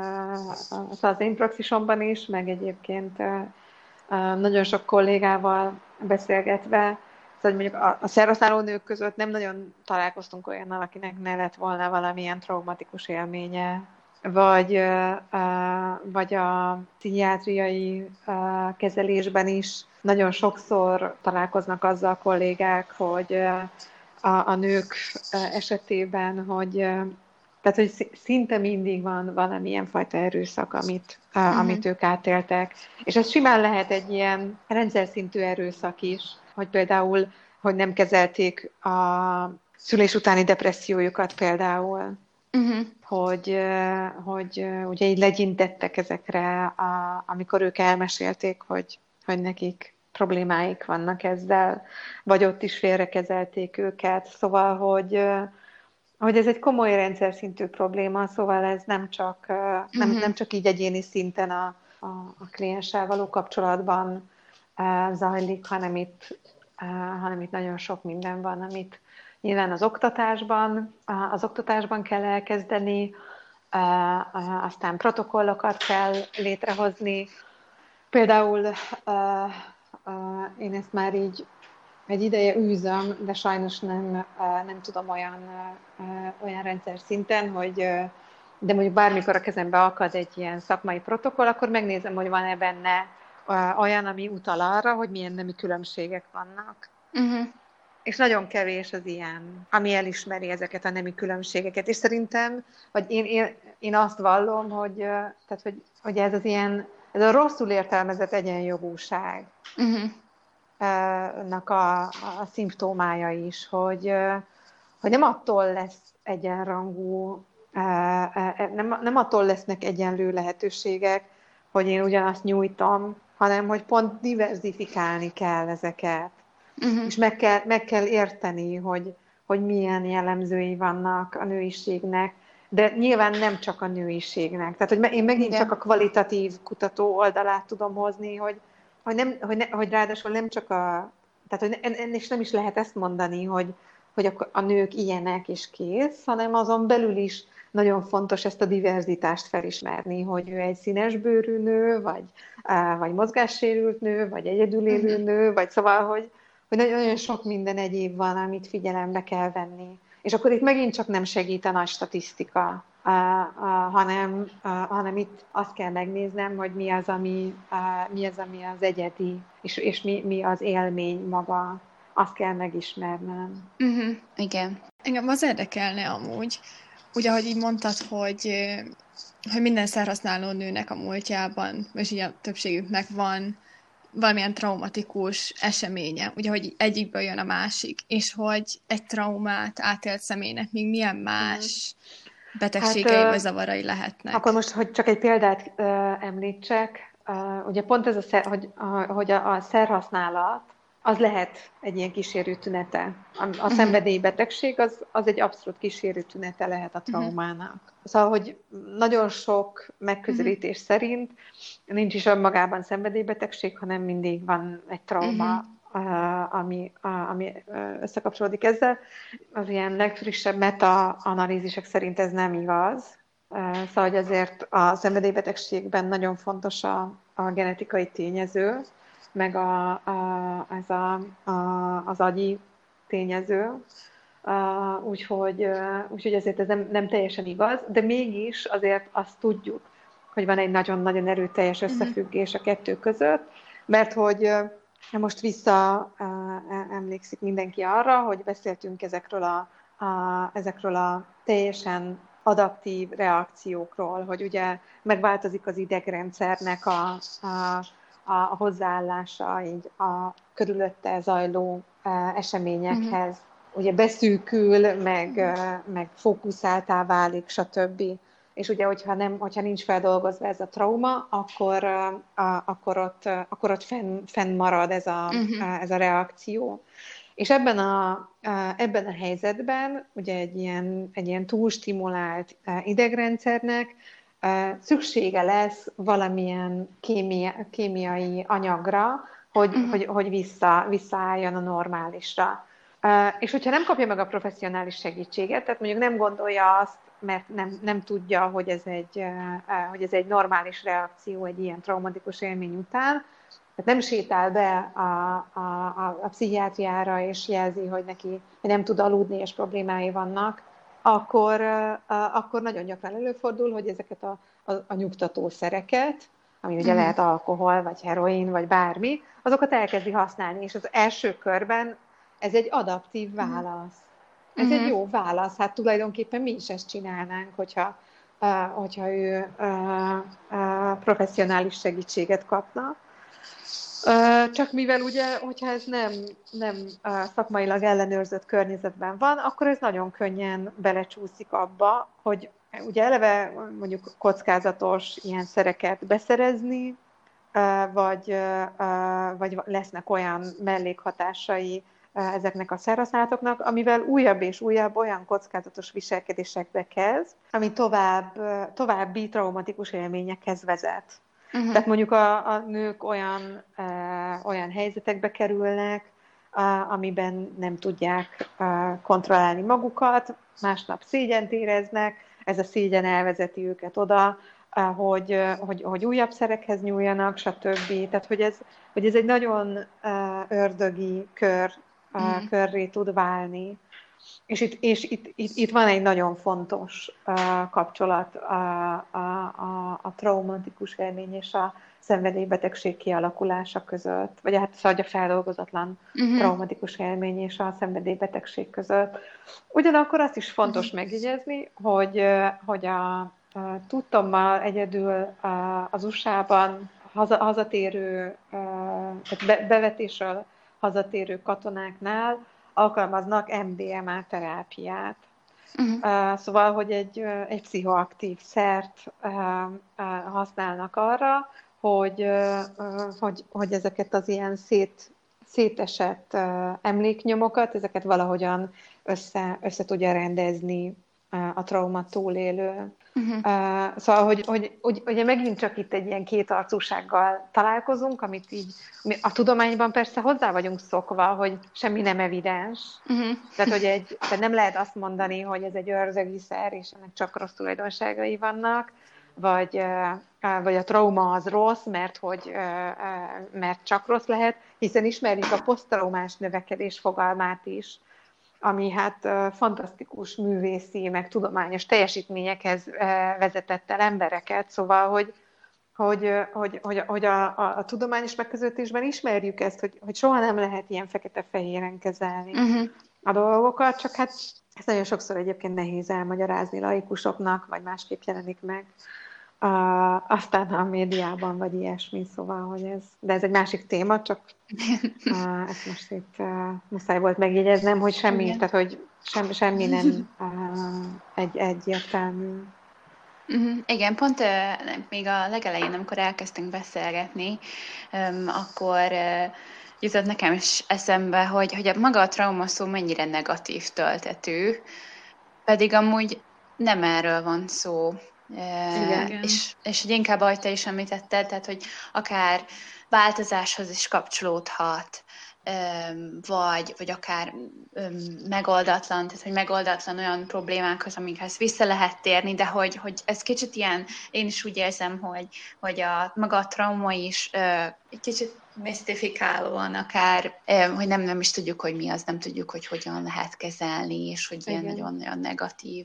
az én praxisomban is, meg egyébként nagyon sok kollégával beszélgetve, szóval mondjuk a, a szerhasználó nők között nem nagyon találkoztunk olyannal, akinek ne lett volna valamilyen traumatikus élménye, vagy, vagy a pszichiátriai kezelésben is nagyon sokszor találkoznak azzal a kollégák, hogy a, a nők esetében, hogy tehát, hogy szinte mindig van valamilyen fajta erőszak, amit, uh-huh. amit ők átéltek. És ez simán lehet egy ilyen rendszer szintű erőszak is, hogy például, hogy nem kezelték a szülés utáni depressziójukat például. Uh-huh. Hogy, hogy ugye így legyintettek ezekre, a, amikor ők elmesélték, hogy, hogy nekik problémáik vannak ezzel, vagy ott is félrekezelték őket. Szóval, hogy hogy ez egy komoly rendszer szintű probléma, szóval ez nem csak, nem, uh-huh. nem csak így egyéni szinten a, a, a klienssel való kapcsolatban uh, zajlik, hanem itt, uh, hanem itt nagyon sok minden van, amit nyilván az oktatásban, uh, az oktatásban kell elkezdeni, uh, uh, aztán protokollokat kell létrehozni. Például uh, uh, én ezt már így egy ideje űzöm, de sajnos nem, nem tudom olyan, olyan rendszer szinten, hogy de mondjuk bármikor a kezembe akad egy ilyen szakmai protokoll, akkor megnézem, hogy van-e benne olyan, ami utal arra, hogy milyen nemi különbségek vannak. Uh-huh. És nagyon kevés az ilyen, ami elismeri ezeket a nemi különbségeket. És szerintem, vagy én, én, én azt vallom, hogy, tehát, hogy, hogy ez az ilyen, ez a rosszul értelmezett egyenjogúság. Uh-huh. nak a, a szimptomája is, hogy, hogy nem attól lesz egyenrangú, nem, nem attól lesznek egyenlő lehetőségek, hogy én ugyanazt nyújtom, hanem hogy pont diverzifikálni kell ezeket. Uh-huh. És meg kell, meg kell érteni, hogy, hogy milyen jellemzői vannak a nőiségnek, de nyilván nem csak a nőiségnek. Tehát, hogy én megint Igen. csak a kvalitatív kutató oldalát tudom hozni, hogy Hogy, nem, hogy, ne, hogy ráadásul nem csak a... Tehát, hogy ennél nem is lehet ezt mondani, hogy, hogy a, a nők ilyenek és kész, hanem azon belül is nagyon fontos ezt a diverzitást felismerni, hogy ő egy színesbőrű nő, vagy, vagy mozgássérült nő, vagy egyedülélő uh-huh. nő, vagy szóval, hogy, hogy nagyon sok minden egyéb van, amit figyelembe kell venni. És akkor itt megint csak nem segít a nagy statisztika. Uh, uh, hanem, uh, hanem itt azt kell megnéznem, hogy mi az, ami, uh, mi az, ami az egyedi, és, és mi, mi az élmény maga. Azt kell megismernem. Uh-huh. Igen. Engem az érdekelne amúgy, ugye, ahogy így mondtad, hogy, hogy minden szerhasználó nőnek a múltjában, és így a többségüknek van valamilyen traumatikus eseménye, ugye, hogy egyikből jön a másik, és hogy egy traumát átélt személynek még milyen más betegségei hát, vagy zavarai lehetnek. Akkor most, hogy csak egy példát uh, említsek, uh, ugye pont ez a, szer, hogy, uh, hogy a, a szerhasználat, az lehet egy ilyen kísérő tünete. A, a uh-huh. szenvedélybetegség az, az egy abszolút kísérő tünete lehet a traumának. Uh-huh. Szóval, hogy nagyon sok megközelítés uh-huh. szerint nincs is önmagában szenvedélybetegség, hanem mindig van egy trauma, uh-huh. Uh, ami, uh, ami uh, összekapcsolódik ezzel. Az ilyen legfrissebb meta-analízisek szerint ez nem igaz. Uh, szóval, hogy azért a szenvedélybetegségben nagyon fontos a, a genetikai tényező, meg a, a, ez a, a, az agyi tényező. Uh, úgyhogy, uh, úgyhogy ezért ez nem, nem teljesen igaz, de mégis azért azt tudjuk, hogy van egy nagyon-nagyon erőteljes összefüggés a kettő között, mert hogy uh, most vissza uh, emlékszik mindenki arra, hogy beszéltünk ezekről a, a, ezekről a teljesen adaptív reakciókról, hogy ugye megváltozik az idegrendszernek a, a, a hozzáállása így a körülötte zajló uh, eseményekhez. Uh-huh. Ugye beszűkül, meg, uh, meg fókuszáltá válik, stb. És ugye, hogyha, nem, hogyha nincs feldolgozva ez a trauma, akkor, uh, akkor ott, uh, akkor ott fenn, fenn marad ez a, uh-huh. uh, ez a reakció. És ebben a, uh, ebben a helyzetben ugye egy ilyen, egy ilyen túlstimulált uh, idegrendszernek uh, szüksége lesz valamilyen kémia, kémiai anyagra, hogy, uh-huh. hogy, hogy vissza, visszaálljon a normálisra. Uh, és hogyha nem kapja meg a professzionális segítséget, tehát mondjuk nem gondolja azt, mert nem, nem tudja, hogy ez, egy, uh, hogy ez egy normális reakció egy ilyen traumatikus élmény után, tehát nem sétál be a, a, a, a pszichiátriára, és jelzi, hogy neki hogy nem tud aludni, és problémái vannak, akkor, uh, akkor nagyon gyakran előfordul, hogy ezeket a, a, a nyugtatószereket, ami ugye mm. lehet alkohol, vagy heroin, vagy bármi, azokat elkezdi használni, és az első körben ez egy adaptív válasz. Ez uh-huh. egy jó válasz. Hát tulajdonképpen mi is ezt csinálnánk, hogyha, uh, hogyha ő uh, uh, professzionális segítséget kapna. Uh, csak mivel ugye, hogyha ez nem, nem uh, szakmailag ellenőrzött környezetben van, akkor ez nagyon könnyen belecsúszik abba, hogy ugye eleve mondjuk kockázatos ilyen szereket beszerezni, uh, vagy, uh, vagy lesznek olyan mellékhatásai ezeknek a szerhasználatoknak, amivel újabb és újabb olyan kockázatos viselkedésekbe kezd, ami tovább, további traumatikus élményekhez vezet. Uh-huh. Tehát mondjuk a, a nők olyan, uh, olyan helyzetekbe kerülnek, uh, amiben nem tudják uh, kontrollálni magukat, másnap szégyent éreznek, ez a szégyen elvezeti őket oda, uh, hogy, uh, hogy, hogy újabb szerekhez nyúljanak, stb. Tehát, hogy ez, hogy ez egy nagyon uh, ördögi kör, uh, körré tud válni. És itt, és itt, itt, itt van egy nagyon fontos uh, kapcsolat a, a, a, a traumatikus élmény és a szenvedélybetegség kialakulása között, vagy hát szóval a feldolgozatlan uh-huh. traumatikus élmény és a szenvedélybetegség között. Ugyanakkor azt is fontos uh-huh. megjegyezni, hogy, hogy a, a tudtommal egyedül az u es á-ban haza, hazatérő, tehát be, bevetésről hazatérő katonáknál alkalmaznak em dé em á terápiát. Uh-huh. Szóval, hogy egy, egy pszichoaktív szert használnak arra, hogy, hogy, hogy ezeket az ilyen szét, szétesett emléknyomokat, ezeket valahogyan össze, össze tudja rendezni a trauma túlélő. Uh-huh. Szóval, hogy, hogy, hogy ugye megint csak itt egy ilyen kétarcúsággal találkozunk, amit így a tudományban persze hozzá vagyunk szokva, hogy semmi nem evidens. Uh-huh. Tehát, hogy egy, tehát nem lehet azt mondani, hogy ez egy ördögi szer, és ennek csak rossz tulajdonságai vannak, vagy, vagy a trauma az rossz, mert, hogy, mert csak rossz lehet, hiszen ismerjük a poszttraumás növekedés fogalmát is, ami hát fantasztikus művészi, meg tudományos teljesítményekhez vezetett el embereket, szóval, hogy, hogy, hogy, hogy, hogy a, a, a tudományos megközelítésben ismerjük ezt, hogy, hogy soha nem lehet ilyen fekete-fehéren kezelni uh-huh. a dolgokat, csak hát ez nagyon sokszor egyébként nehéz elmagyarázni laikusoknak, vagy másképp jelenik meg. Uh, aztán a médiában, vagy ilyesmi, szóval, hogy ez... De ez egy másik téma, csak uh, ezt most itt uh, muszáj volt megjegyeznem, hogy semmi, igen. Tehát, hogy semmi, semmi nem uh, egy, egyértelmű. Uh-huh. Igen, pont uh, még a legelején, amikor elkezdtünk beszélgetni, um, akkor uh, jutott nekem is eszembe, hogy, hogy a maga a trauma szó mennyire negatív töltetű, pedig amúgy nem erről van szó. Igen. És, és hogy inkább, ahogy te is említetted, tehát, hogy akár változáshoz is kapcsolódhat, vagy, vagy akár megoldatlan, tehát hogy megoldatlan olyan problémákhoz, amikhez vissza lehet térni, de hogy, hogy ez kicsit ilyen, én is úgy érzem, hogy, hogy a maga a trauma is egy kicsit misztifikálóan akár, hogy nem, nem is tudjuk, hogy mi az, nem tudjuk, hogy hogyan lehet kezelni, és hogy ilyen nagyon-nagyon negatív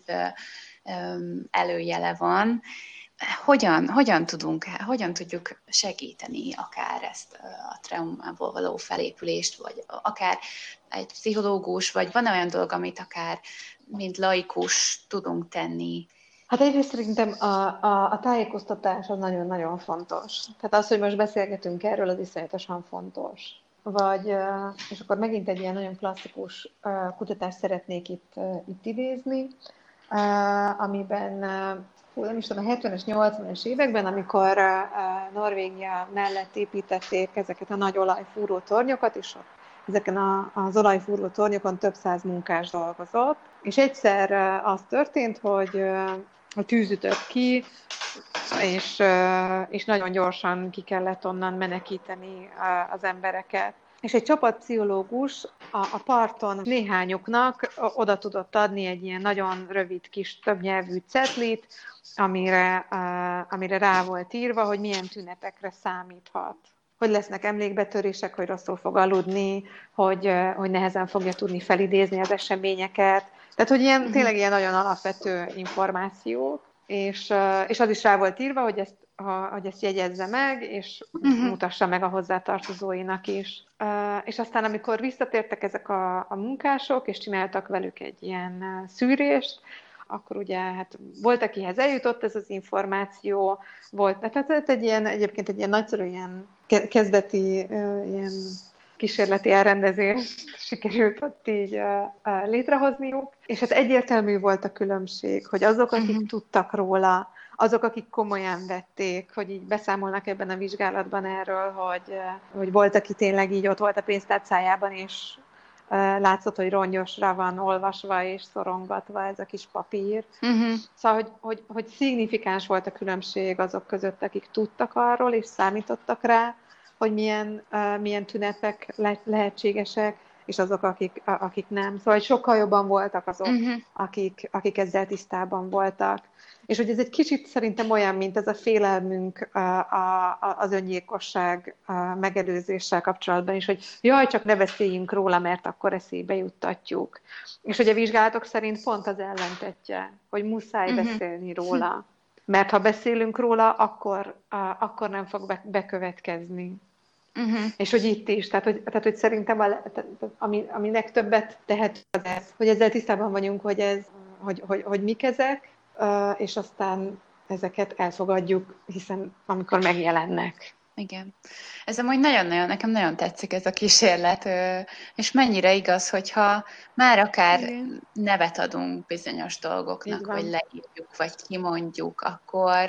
előjele van. Hogyan, hogyan tudunk, hogyan tudjuk segíteni akár ezt a traumából való felépülést, vagy akár egy pszichológus, vagy van olyan dolog, amit akár mint laikus tudunk tenni? Hát egyrészt szerintem a, a, a tájékoztatás az nagyon-nagyon fontos. Tehát az, hogy most beszélgetünk erről, az iszonyatosan fontos. Vagy, és akkor megint egy ilyen nagyon klasszikus kutatást szeretnék itt, itt idézni, amiben hú, nem is tudom, a hetvenes, nyolcvanas években, amikor Norvégia mellett építették ezeket a nagy olajfúró tornyokat, és ezeken a, az olajfúró tornyokon több száz munkás dolgozott, és egyszer az történt, hogy a tűz ütött ki, és, és nagyon gyorsan ki kellett onnan menekíteni az embereket. És egy csapatpszichológus a, a parton néhányuknak oda tudott adni egy ilyen nagyon rövid kis többnyelvű cetlit, amire, uh, amire rá volt írva, hogy milyen tünetekre számíthat. Hogy lesznek emlékbetörések, hogy rosszul fog aludni, hogy, uh, hogy nehezen fogja tudni felidézni az eseményeket. Tehát, hogy ilyen, tényleg ilyen nagyon alapvető információk. És, uh, és az is rá volt írva, hogy ezt, ha, hogy ezt jegyezze meg, és uh-huh. mutassa meg a hozzátartozóinak is. Uh, és aztán, amikor visszatértek ezek a, a munkások, és csináltak velük egy ilyen uh, szűrést, akkor ugye hát volt, akihez eljutott ez az információ, volt, tehát egy ilyen, egyébként egy ilyen nagyszerű ilyen kezdeti uh, ilyen kísérleti elrendezést sikerült ott így uh, uh, létrehozniuk, és hát egyértelmű volt a különbség, hogy azok, akik uh-huh. tudtak róla, azok, akik komolyan vették, hogy így beszámolnak ebben a vizsgálatban erről, hogy, uh, hogy volt, aki tényleg így ott volt a pénztárcájában, és uh, látszott, hogy rongyosra van olvasva és szorongatva ez a kis papír. Uh-huh. Szóval, hogy, hogy, hogy szignifikáns volt a különbség azok között, akik tudtak arról, és számítottak rá, hogy milyen, uh, milyen tünetek le- lehetségesek, és azok, akik, a, akik nem. Szóval sokkal jobban voltak azok, uh-huh. akik, akik ezzel tisztában voltak. És hogy ez egy kicsit szerintem olyan, mint ez a félelmünk a, a, az öngyilkosság a megelőzéssel kapcsolatban is, hogy jaj, csak ne beszéljünk róla, mert akkor eszébe juttatjuk. És hogy a vizsgálatok szerint pont az ellentetje, hogy muszáj Uh-huh. beszélni róla. Mert ha beszélünk róla, akkor, a, akkor nem fog be, bekövetkezni. Uh-huh. És hogy itt is, tehát hogy, tehát, hogy szerintem a, tehát, ami, ami legtöbbet tehet az ez, hogy ezzel tisztában vagyunk, hogy, ez, hogy, hogy, hogy mik ezek, és aztán ezeket elfogadjuk, hiszen amikor megjelennek. Igen. Ez amúgy nagyon-nagyon, nekem nagyon tetszik ez a kísérlet, és mennyire igaz, hogyha már akár Igen. nevet adunk bizonyos dolgoknak, vagy leírjuk, vagy kimondjuk, akkor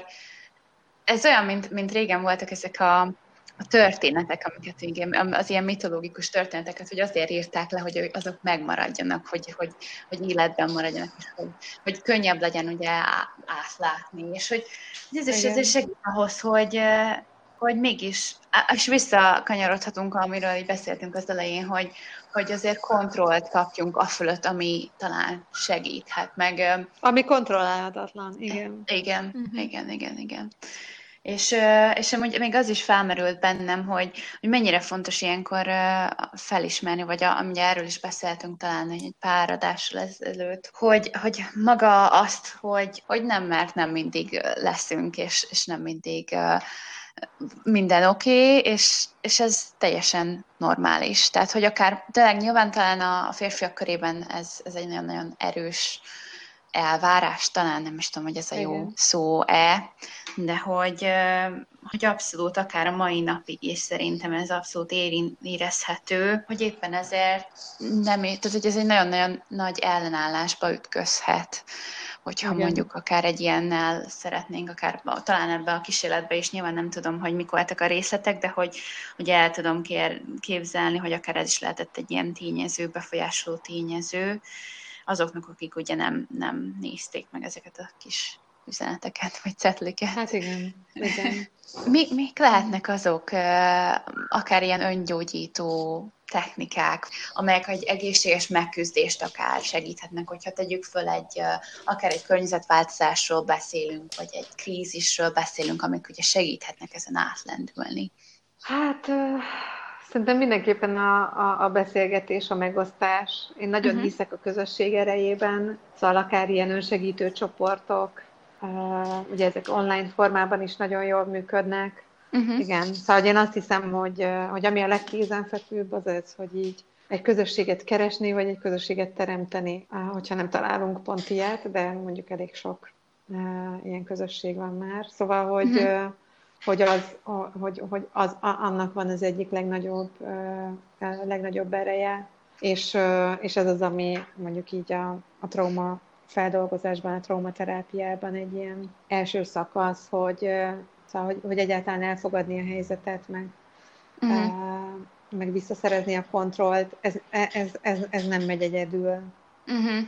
ez olyan, mint, mint régen voltak ezek a, a történetek, amiket igen, az ilyen mitológikus történeteket, hogy azért írták le, hogy azok megmaradjanak, hogy, hogy, hogy életben maradjanak, és hogy, hogy könnyebb legyen ugye átlátni, és hogy ez is azért segít ahhoz, hogy hogy mégis, és visszakanyarodhatunk, amiről így beszéltünk az elején, hogy, hogy azért kontrollt kapjunk afölött, ami talán segíthet, meg... Ami kontrollálhatatlan, igen. Igen, uh-huh. igen, igen, igen. És, és amúgy még az is felmerült bennem, hogy, hogy mennyire fontos ilyenkor felismerni, vagy amúgy erről is beszéltünk talán egy pár adással ezelőtt, hogy, hogy maga azt, hogy, hogy nem, mert nem mindig leszünk, és, és nem mindig... minden oké, okay, és, és ez teljesen normális. Tehát, hogy akár tényleg nyilván talán a férfiak körében ez, ez egy nagyon-nagyon erős elvárás, talán nem is tudom, hogy ez a jó Igen. szó-e, de hogy, hogy abszolút akár a mai napig is szerintem ez abszolút érin, érezhető, hogy éppen ezért nem, tehát hogy ez egy nagyon-nagyon nagy ellenállásba ütközhet, hogyha Igen. mondjuk akár egy ilyennel szeretnénk, akár talán ebbe a kísérletbe is, nyilván nem tudom, hogy mik voltak a részletek, de hogy ugye el tudom kér, képzelni, hogy akár ez is lehetett egy ilyen tényező, befolyásoló tényező, azoknak, akik ugye nem, nem nézték meg ezeket a kis üzeneteket, vagy cetliket. Hát igen, igen. Mi, mik lehetnek azok, akár ilyen öngyógyító technikák, amelyek egy egészséges megküzdést akár segíthetnek, hogyha tegyük föl egy, akár egy környezetváltozásról beszélünk, vagy egy krízisről beszélünk, amik ugye segíthetnek ezen átlendülni. Hát... Uh... Szerintem mindenképpen a, a, a beszélgetés, a megosztás. Én nagyon uh-huh. hiszek a közösség erejében, szóval akár ilyen önsegítő csoportok, uh, ugye ezek online formában is nagyon jól működnek. Uh-huh. Igen, szóval én azt hiszem, hogy, hogy ami a legkézenfekvőbb az ez, hogy így egy közösséget keresni, vagy egy közösséget teremteni, uh, hogyha nem találunk pont ilyet, de mondjuk elég sok uh, ilyen közösség van már. Szóval, hogy... Uh-huh. Uh, hogy, az, hogy, hogy az, annak van az egyik legnagyobb, legnagyobb ereje, és, és ez az, ami mondjuk így a, a trauma feldolgozásban, a traumaterápiában egy ilyen első szakasz, hogy, szóval, hogy, hogy egyáltalán elfogadni a helyzetet, meg, uh-huh. meg visszaszerezni a kontrollt, ez, ez, ez, ez nem megy egyedül. Uh-huh.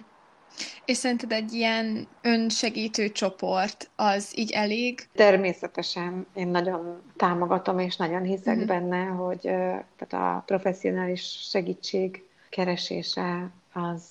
És szerinted egy ilyen önsegítő csoport az így elég? Természetesen én nagyon támogatom, és nagyon hiszek uh-huh. benne, hogy tehát a professzionális segítség keresése az...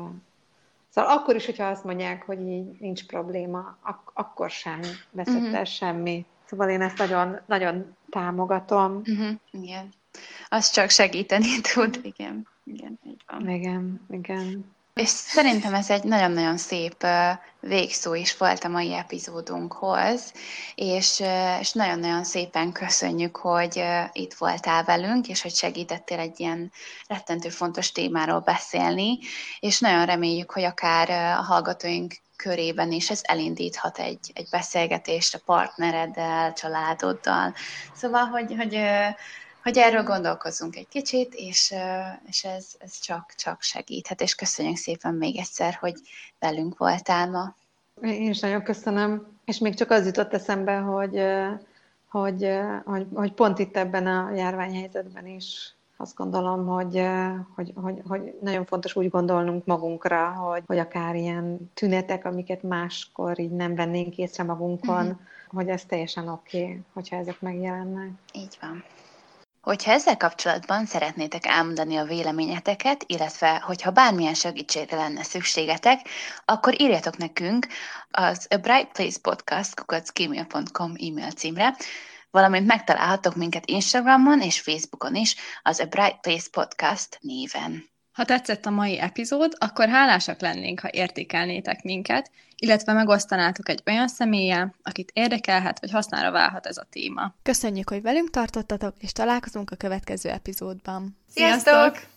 Szóval akkor is, hogyha azt mondják, hogy így nincs probléma, ak- akkor sem veszett el uh-huh. semmi. Szóval én ezt nagyon, nagyon támogatom. Uh-huh. Igen. Az csak segíteni tud, igen. Igen, így van. Igen, igen. És szerintem ez egy nagyon-nagyon szép végszó is volt a mai epizódunkhoz, és, és nagyon-nagyon szépen köszönjük, hogy itt voltál velünk, és hogy segítettél egy ilyen rettentő fontos témáról beszélni, és nagyon reméljük, hogy akár a hallgatóink körében is ez elindíthat egy, egy beszélgetést a partnereddel, családoddal. Szóval, hogy... hogy hogy erről gondolkozzunk egy kicsit, és, és ez, ez csak, csak segíthet, és köszönjük szépen még egyszer, hogy velünk voltál ma. Én is nagyon köszönöm, és még csak az jutott eszembe, hogy, hogy, hogy, hogy pont itt ebben a járványhelyzetben is azt gondolom, hogy, hogy, hogy, hogy nagyon fontos úgy gondolnunk magunkra, hogy, hogy akár ilyen tünetek, amiket máskor így nem vennénk észre magunkon, uh-huh. hogy ez teljesen oké, okay, hogyha ezek megjelennek. Így van. Hogyha ezzel kapcsolatban szeretnétek elmondani a véleményeteket, illetve hogyha bármilyen segítségre lenne szükségetek, akkor írjatok nekünk az A Bright Place Podcast kukac gmail pont com e-mail címre, valamint megtalálhattok minket Instagramon és Facebookon is az A Bright Place Podcast néven. Ha tetszett a mai epizód, akkor hálásak lennénk, ha értékelnétek minket, illetve megosztanátok egy olyan személlyel, akit érdekelhet, vagy hasznára válhat ez a téma. Köszönjük, hogy velünk tartottatok, és találkozunk a következő epizódban. Sziasztok!